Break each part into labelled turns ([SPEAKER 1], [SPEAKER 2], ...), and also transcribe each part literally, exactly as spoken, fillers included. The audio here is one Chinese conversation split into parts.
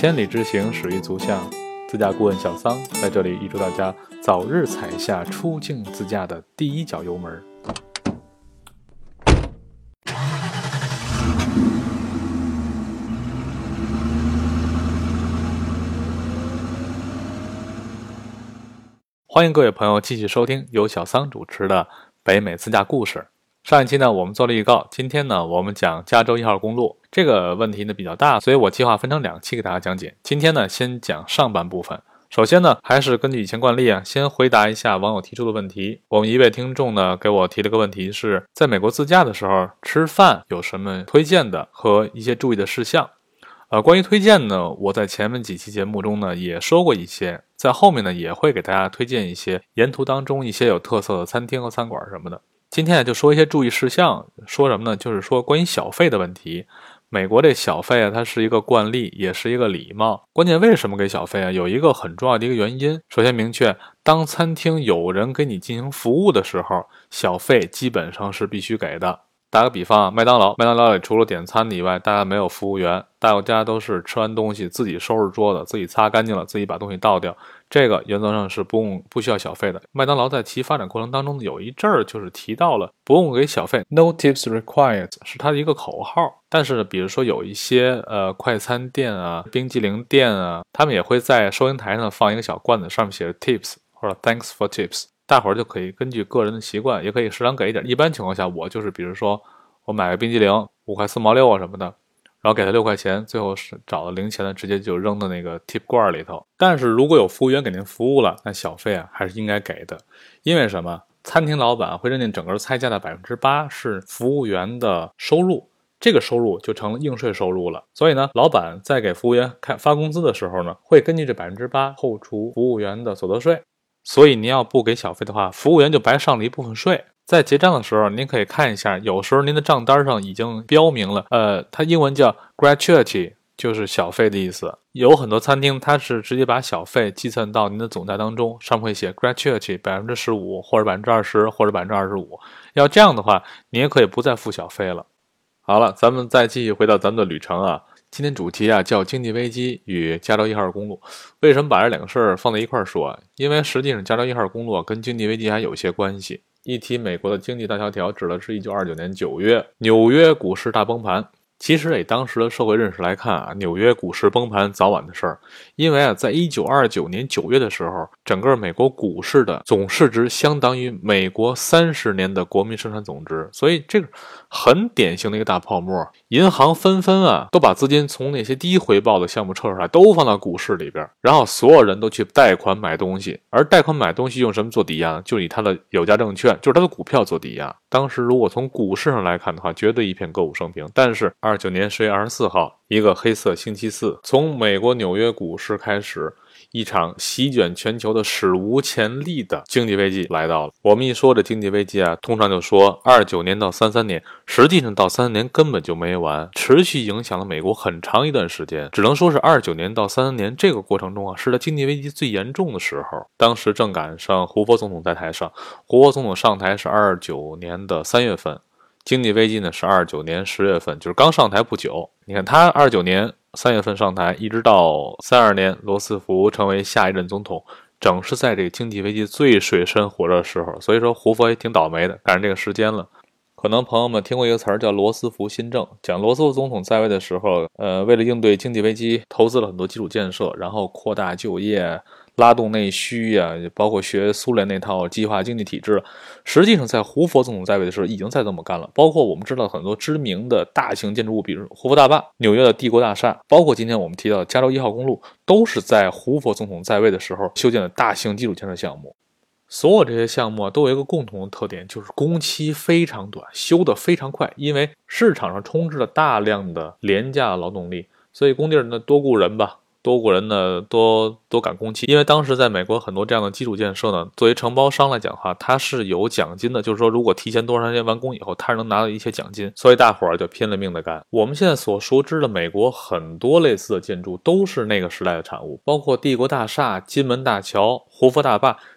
[SPEAKER 1] 千里之行，始于足下。自驾顾问小桑在这里预祝大家早日踩下出境自驾的第一脚油门。欢迎各位朋友继续收听由小桑主持的北美自驾故事。上一期呢，我们做了预告，今天呢，我们讲加州一号公路。这个问题呢比较大，所以我计划分成两期给大家讲解。今天呢，先讲上半部分。首先呢，还是根据以前惯例啊，先回答一下网友提出的问题。我们一位听众呢给我提了个问题是，在美国自驾的时候吃饭有什么推荐的和一些注意的事项。呃，关于推荐呢，我在前面几期节目中呢也说过一些，在后面呢也会给大家推荐一些沿途当中一些有特色的餐厅和餐馆什么的。今天呢就说一些注意事项，说什么呢？就是说关于小费的问题。美国这小费啊，它是一个惯例，也是一个礼貌。关键为什么给小费啊？有一个很重要的一个原因。首先明确，当餐厅有人给你进行服务的时候，小费基本上是必须给的。打个比方，麦当劳，麦当劳里除了点餐以外，大家没有服务员，大家都是吃完东西自己收拾桌子，自己擦干净了，自己把东西倒掉，这个原则上是不用不需要小费的。麦当劳在其发展过程当中有一阵儿就是提到了不用给小费 ，No tips required 是它的一个口号。但是比如说有一些呃快餐店啊、冰激凌店啊，他们也会在收银台上放一个小罐子，上面写着 tips 或者 thanks for tips。大伙儿就可以根据个人的习惯，也可以适当给一点。一般情况下，我就是比如说我买个冰激凌五块四毛六啊什么的，然后给他六块钱，最后是找了零钱的直接就扔到那个 tip 罐里头。但是如果有服务员给您服务了，那小费啊还是应该给的。因为什么？餐厅老板会认定整个菜价的 百分之八 是服务员的收入，这个收入就成了应税收入了。所以呢，老板在给服务员开发工资的时候呢，会根据这 百分之八 扣除服务员的所得税。所以您要不给小费的话，服务员就白上了一部分税。在结账的时候，您可以看一下，有时候您的账单上已经标明了，呃，它英文叫 gratuity， 就是小费的意思。有很多餐厅它是直接把小费计算到您的总价当中，上面会写 gratuity 百分之十五 或者 百分之二十 或者 百分之二十五。要这样的话，您也可以不再付小费了。好了，咱们再继续回到咱们的旅程啊。今天主题啊叫经济危机与加州一号公路。为什么把这两个事儿放在一块儿说？因为实际上加州一号公路跟经济危机还有些关系。一提美国的经济大萧条，指的是一九二九年九月纽约股市大崩盘。其实以当时的社会认识来看啊，纽约股市崩盘早晚的事儿。因为啊，在一九二九年九月的时候，整个美国股市的总市值相当于美国三十年的国民生产总值，所以这个很典型的一个大泡沫。银行纷纷啊，都把资金从那些低回报的项目撤出来，都放到股市里边，然后所有人都去贷款买东西。而贷款买东西用什么做抵押呢？就以他的有价证券，就是他的股票做抵押。当时如果从股市上来看的话，绝对一片歌舞升平。但是二九年十月二十四号，一个黑色星期四，从美国纽约股市开始，一场席卷全球的史无前例的经济危机来到了。我们一说这经济危机啊，通常就说二九年到三三年，实际上到三三年根本就没完，持续影响了美国很长一段时间。只能说是二九年到三三年这个过程中啊，是他经济危机最严重的时候。当时正赶上胡佛总统在台上，胡佛总统上台是二九年的三月份。经济危机呢是二九年十月份，就是刚上台不久。你看他二九年三月份上台，一直到三二年罗斯福成为下一任总统，正是在这个经济危机最水深火热的时候。所以说胡佛也挺倒霉的，赶上这个时间了。可能朋友们听过一个词儿叫罗斯福新政，讲罗斯福总统在位的时候，呃，为了应对经济危机，投资了很多基础建设，然后扩大就业，拉动内需呀、啊，包括学苏联那套计划经济体制。实际上在胡佛总统在位的时候已经在这么干了，包括我们知道很多知名的大型建筑物，比如胡佛大坝、纽约的帝国大厦，包括今天我们提到的加州一号公路，都是在胡佛总统在位的时候修建的大型基础建设项目。所有这些项目都有一个共同的特点，就是工期非常短，修得非常快。因为市场上充斥了大量的廉价劳动力，所以工地呢多雇人吧，多雇人呢多多赶工期。因为当时在美国很多这样的基础建设呢，作为承包商来讲的话，它是有奖金的，就是说如果提前多长时间完工以后，它是能拿到一些奖金，所以大伙儿就拼了命的干。我们现在所熟知的美国很多类似的建筑都是那个时代的产物，包括帝国大厦、金门大桥、胡佛大坝，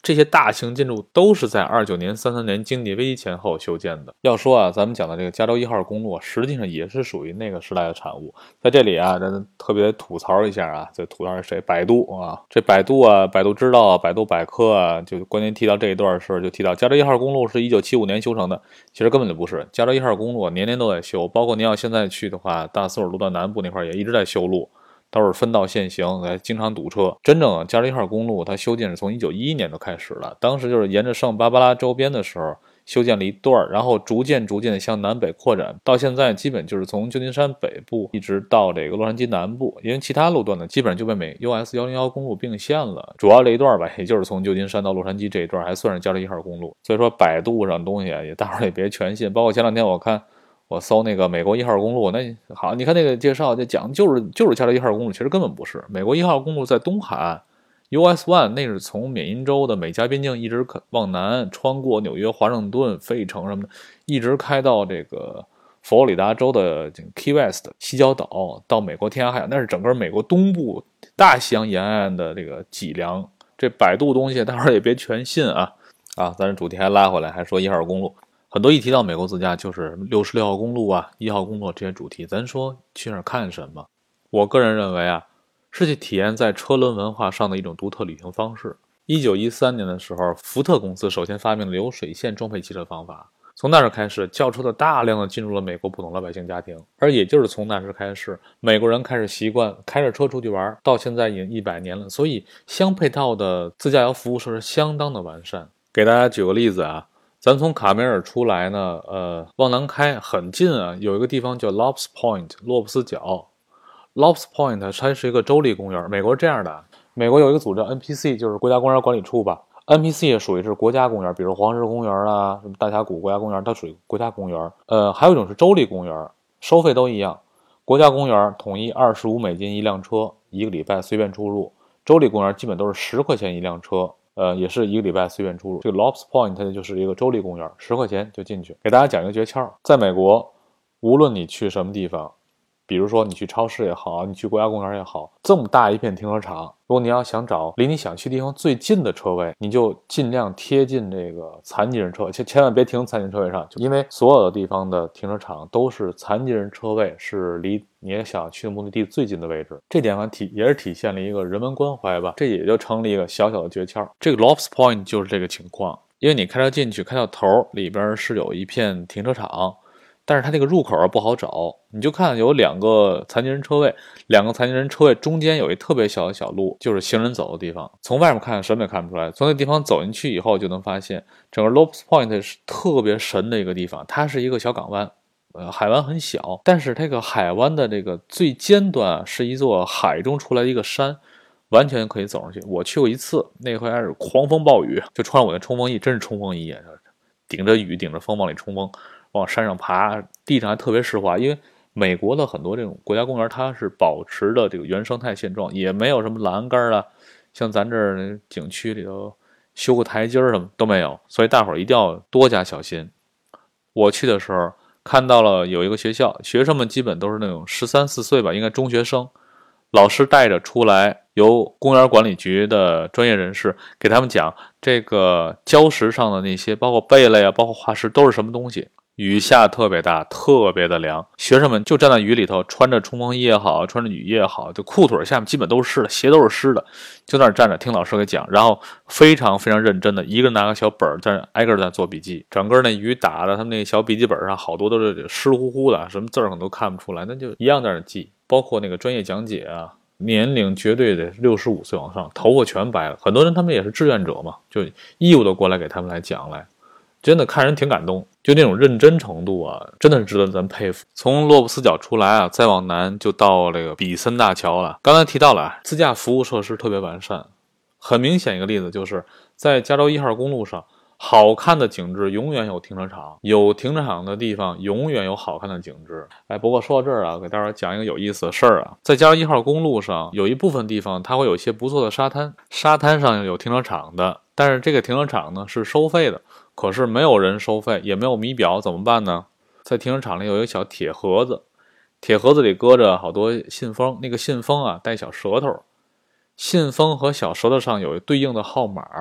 [SPEAKER 1] 这些大型建筑都是在二九年、三三年经济危机前后修建的。要说啊，咱们讲的这个加州一号公路，实际上也是属于那个时代的产物。在这里啊，咱特别吐槽一下啊，这吐槽是谁？百度啊，这百度啊，百度知道啊，百度百科啊，就关键提到这一段事，就提到加州一号公路是一九七五年修成的，其实根本就不是。加州一号公路年年都在修，包括您要现在去的话，大斯尔路段南部那块也一直在修路。都是分道限行，还经常堵车。真正的加州一号公路，它修建是从一九一一年就开始了，当时就是沿着圣巴巴拉周边的时候修建了一段，然后逐渐逐渐的向南北扩展，到现在基本就是从旧金山北部一直到这个洛杉矶南部，因为其他路段呢基本上就被美 U S 一零一公路并线了，主要这一段吧，也就是从旧金山到洛杉矶这一段还算是加州一号公路。所以说百度上的东西也大伙儿也别全信，包括前两天我看我搜那个美国一号公路，那好，你看那个介绍就讲就是就是加州一号公路，其实根本不是。美国一号公路在东海岸 U S 一 那是从缅因州的美加边境一直往南，穿过纽约、华盛顿、费城什么的，一直开到这个佛罗里达州的 Key West 西礁岛，到美国天涯海洋，那是整个美国东部大西洋沿岸的这个脊梁。这百度东西大伙儿也别全信啊啊！咱这主题还拉回来，还说一号公路。很多一提到美国自驾就是六十六号公路啊、一号公路这些主题，咱说去那儿看什么？我个人认为啊，是去体验在车轮文化上的一种独特旅行方式。一九一三年的时候，福特公司首先发明了流水线装配汽车方法，从那时开始，轿车的大量的进入了美国普通老百姓家庭，而也就是从那时开始，美国人开始习惯开着车出去玩，到现在已经一百年了，所以相配套的自驾游服务设施相当的完善。给大家举个例子啊。咱从卡梅尔出来呢，呃，往南开很近啊，有一个地方叫 Lops Point 洛布斯角。Lops Point 它是一个州立公园，美国是这样的，美国有一个组织叫 N P C， 就是国家公园管理处吧。N P C 也属于是国家公园，比如黄石公园啊，什么大峡谷国家公园，它属于国家公园。呃，还有一种是州立公园，收费都一样。国家公园统一二十五美金一辆车，一个礼拜随便出入；州立公园基本都是十块钱一辆车。呃，也是一个礼拜随便出入。这个 Lops Point 它就是一个州立公园，十块钱就进去。给大家讲一个诀窍，在美国，无论你去什么地方，比如说你去超市也好，你去国家公园也好，这么大一片停车场，如果你要想找离你想去地方最近的车位，你就尽量贴近这个残疾人车位，千千万别停残疾人车位上，因为所有的地方的停车场都是残疾人车位是离你想去的目的地最近的位置。这点上体也是体现了一个人文关怀吧，这也就成了一个小小的诀窍。这个 Lops Point 就是这个情况，因为你开车进去，开到头里边是有一片停车场。但是它这个入口不好找，你就看有两个残疾人车位，两个残疾人车位中间有一特别小的小路，就是行人走的地方。从外面看什么也看不出来，从那地方走进去以后就能发现，整个 Lops Point 是特别神的一个地方，它是一个小港湾，呃，海湾很小，但是这个海湾的这个最尖端是一座海中出来的一个山，完全可以走上去。我去过一次，那回还是狂风暴雨，就穿着我的冲锋衣，真是冲锋衣，顶着雨顶着风往里冲锋。往山上爬，地上还特别湿滑，因为美国的很多这种国家公园，它是保持的这个原生态现状，也没有什么栏杆啊，像咱这儿景区里头修个台阶什么都没有，所以大伙儿一定要多加小心。我去的时候看到了有一个学校，学生们基本都是那种十三四岁吧，应该中学生，老师带着出来，由公园管理局的专业人士给他们讲这个礁石上的那些，包括贝类啊，包括化石都是什么东西。雨下特别大，特别的凉，学生们就站在雨里头，穿着冲锋衣也好，穿着雨衣也好，就裤腿下面基本都是湿的，鞋都是湿的，就在那站着听老师给讲，然后非常非常认真的，一个人拿个小本在那挨个在做笔记，整个那雨打的他们那小笔记本上好多都是湿乎乎的，什么字儿可能都看不出来，那就一样在那记，包括那个专业讲解啊，年龄绝对得六十五岁往上，头发全白了，很多人他们也是志愿者嘛，就义务的过来给他们来讲来。真的看人挺感动，就那种认真程度啊，真的是值得咱佩服。从洛布斯角出来啊，再往南就到这个比森大桥了。刚才提到了自驾服务设施特别完善，很明显一个例子就是在加州一号公路上，好看的景致永远有停车场，有停车场的地方永远有好看的景致。哎，不过说到这儿啊，给大家讲一个有意思的事儿啊，在加州一号公路上有一部分地方它会有一些不错的沙滩，沙滩上有停车场的，但是这个停车场呢是收费的。可是没有人收费，也没有米表，怎么办呢？在停车场里有一个小铁盒子，铁盒子里搁着好多信封，那个信封啊带小舌头，信封和小舌头上有对应的号码，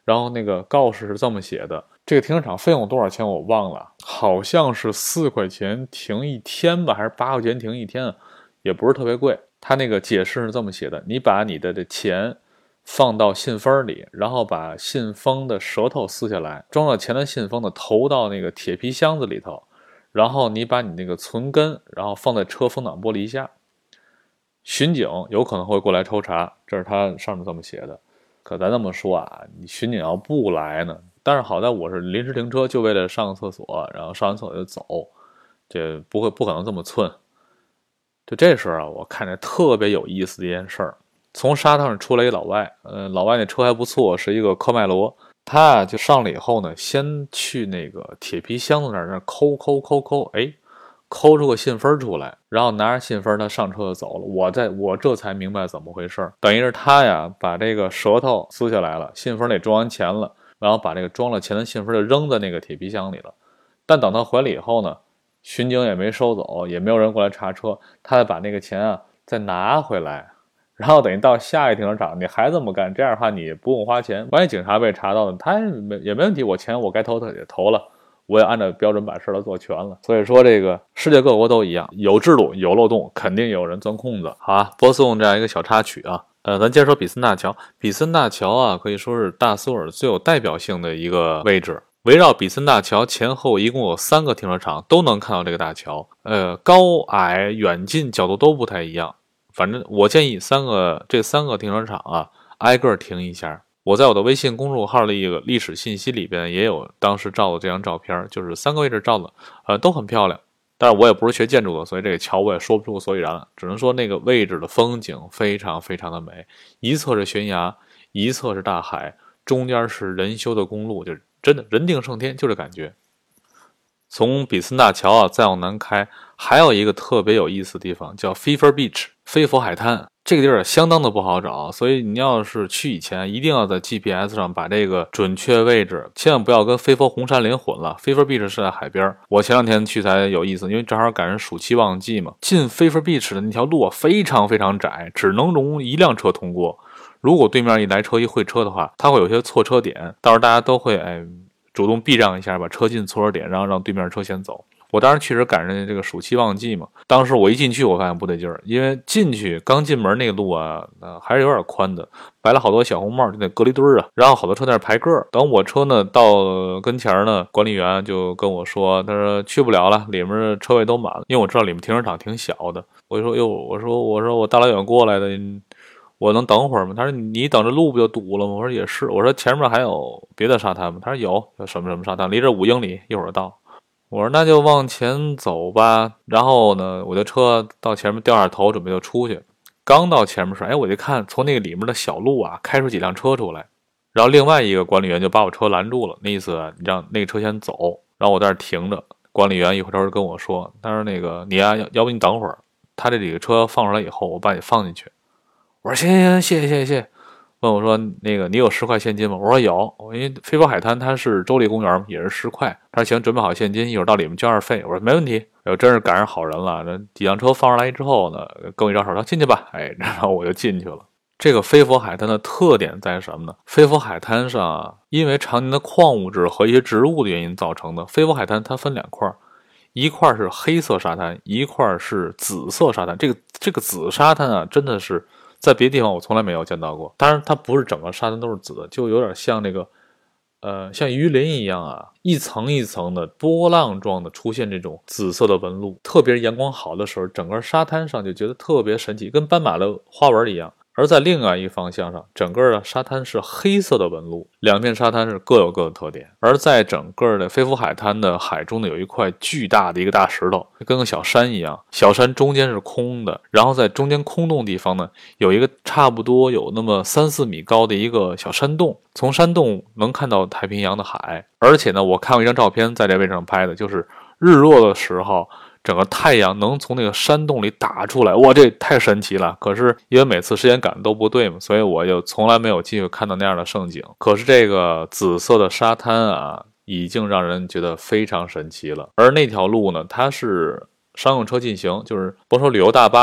[SPEAKER 1] 然后那个告示是这么写的，这个停车场费用多少钱我忘了，好像是四块钱停一天吧，还是八块钱停一天啊，也不是特别贵。他那个解释是这么写的，你把你的这钱放到信封里，然后把信封的舌头撕下来，装了钱的信封呢投到那个铁皮箱子里头，然后你把你那个存根然后放在车风挡玻璃下，巡警有可能会过来抽查，这是他上面这么写的。可咱这么说啊，你巡警要不来呢，但是好在我是临时停车，就为了上个厕所，然后上完厕所就走，这不会不可能这么寸。就这时候啊，我看见特别有意思的一件事儿，从沙滩上出来一老外，呃，老外那车还不错，是一个科迈罗。他就上来以后呢，先去那个铁皮箱子那儿那抠抠抠抠，哎，抠出个信封出来，然后拿着信封他上车就走了。我在我这才明白怎么回事，等于是他呀把这个舌头撕下来了，信封里装完钱了，然后把这个装了钱的信封就扔在那个铁皮箱里了。但等他回来以后呢，巡警也没收走，也没有人过来查车，他再把那个钱啊再拿回来，然后等于到下一停车场你还这么干，这样的话你不用花钱，万一警察被查到了，他也没也没问题，我钱我该投他也投了，我也按照标准把事儿都做全了。所以说这个世界各国都一样，有制度有漏洞，肯定有人钻空子。好啊，播送这样一个小插曲啊。呃，咱接着说比森大桥。比森大桥啊，可以说是大苏尔最有代表性的一个位置。围绕比森大桥前后一共有三个停车场，都能看到这个大桥。呃，高矮远近角度都不太一样。反正我建议三个这三个停车场啊，挨个停一下。我在我的微信公众号的一个历史信息里边也有当时照的这张照片，就是三个位置照的，呃，都很漂亮。但是我也不是学建筑的，所以这个桥我也说不出所以然了，只能说那个位置的风景非常非常的美，一侧是悬崖，一侧是大海，中间是人修的公路，就真的人定胜天，就这感觉。从比森大桥啊再往南开，还有一个特别有意思的地方叫 Fever Beach 飞佛海滩。这个地儿相当的不好找，所以你要是去以前一定要在 G P S 上把这个准确位置，千万不要跟飞佛红杉林混了。Fever Beach 是在海边，我前两天去才有意思，因为正好赶上暑期旺季嘛。进 Fever Beach 的那条路啊非常非常窄，只能容一辆车通过。如果对面一来车一会车的话，它会有些错车点，到时候大家都会哎主动避让一下，把车进错车点，然后让对面车先走。我当时确实赶上这个暑期旺季嘛，当时我一进去我发现不对劲儿，因为进去刚进门那个路啊，呃、还是有点宽的，摆了好多小红帽，就那隔离墩儿啊，然后好多车在那排个。等我车呢到跟前呢，管理员就跟我说，他说去不了了，里面的车位都满了，因为我知道里面停车场挺小的。我就说哟，我说我说我大老远过来的，我能等会儿吗？他说你等着路不就堵了吗？我说也是。我说前面还有别的沙滩吗？他说有，有什么什么沙滩，离这五英里，一会儿到。我说那就往前走吧。然后呢，我的车到前面掉下头，准备就出去。刚到前面时，哎，我就看从那个里面的小路啊，开出几辆车出来。然后另外一个管理员就把我车拦住了，那意思你让那个车先走，然后我在那停着。管理员一回头跟我说，他说那个你啊，要要不你等会儿，他这几个车放出来以后，我把你放进去。我说行行行，谢谢谢谢谢谢。问我说那个你有十块现金吗？我说有，因为飞佛海滩它是州立公园，也是十块。他说行，准备好现金，一会儿到里面交二费。我说没问题。我真是赶上好人了，这几辆车放上来之后呢，跟我一招手，说进去吧。哎，然后我就进去了。这个飞佛海滩的特点在什么呢？飞佛海滩上啊，因为常年的矿物质和一些植物的原因造成的，飞佛海滩它分两块，一块是黑色沙滩，一块是紫色沙滩。这个这个紫沙滩啊，真的是在别的地方我从来没有见到过。当然它不是整个沙滩都是紫的，就有点像那个呃像鱼鳞一样啊，一层一层的波浪状的出现这种紫色的纹路。特别阳光好的时候，整个沙滩上就觉得特别神奇，跟斑马的花纹一样。而在另外一个方向上，整个的沙滩是黑色的纹路，两片沙滩是各有各的特点。而在整个的飞佛海滩的海中呢，有一块巨大的一个大石头，跟个小山一样，小山中间是空的，然后在中间空洞地方呢，有一个差不多有那么三四米高的一个小山洞，从山洞能看到太平洋的海。而且呢，我看过一张照片，在这位置上拍的，就是日落的时候，整个太阳能从那个山洞里打出来，哇，这太神奇了。可是因为每次时间赶都不对嘛，所以我就从来没有机会看到那样的盛景。可是这个紫色的沙滩啊，已经让人觉得非常神奇了。而那条路呢，它是商用车进行，就是甭说旅游大巴了，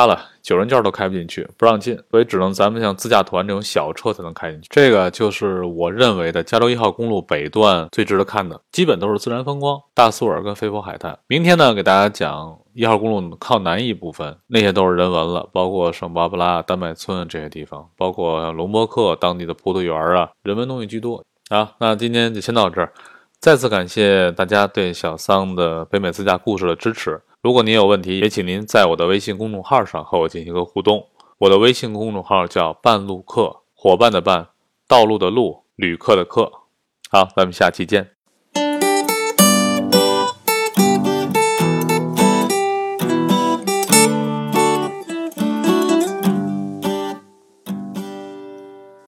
[SPEAKER 1] 九人券都开不进去，不让进，所以只能咱们像自驾团这种小车才能开进去。这个就是我认为的加州一号公路北段最值得看的，基本都是自然风光，大苏尔跟菲佛海滩。明天呢，给大家讲一号公路靠南一部分，那些都是人文了，包括圣巴布拉、丹麦村这些地方，包括龙伯克当地的葡萄园啊，人文东西居多。好，那今天就先到这儿。再次感谢大家对小桑的北美自驾故事的支持。如果您有问题，也请您在我的微信公众号上和我进行一个互动。我的微信公众号叫半路客，伙伴的伴，道路的路，旅客的客。好，咱们下期见。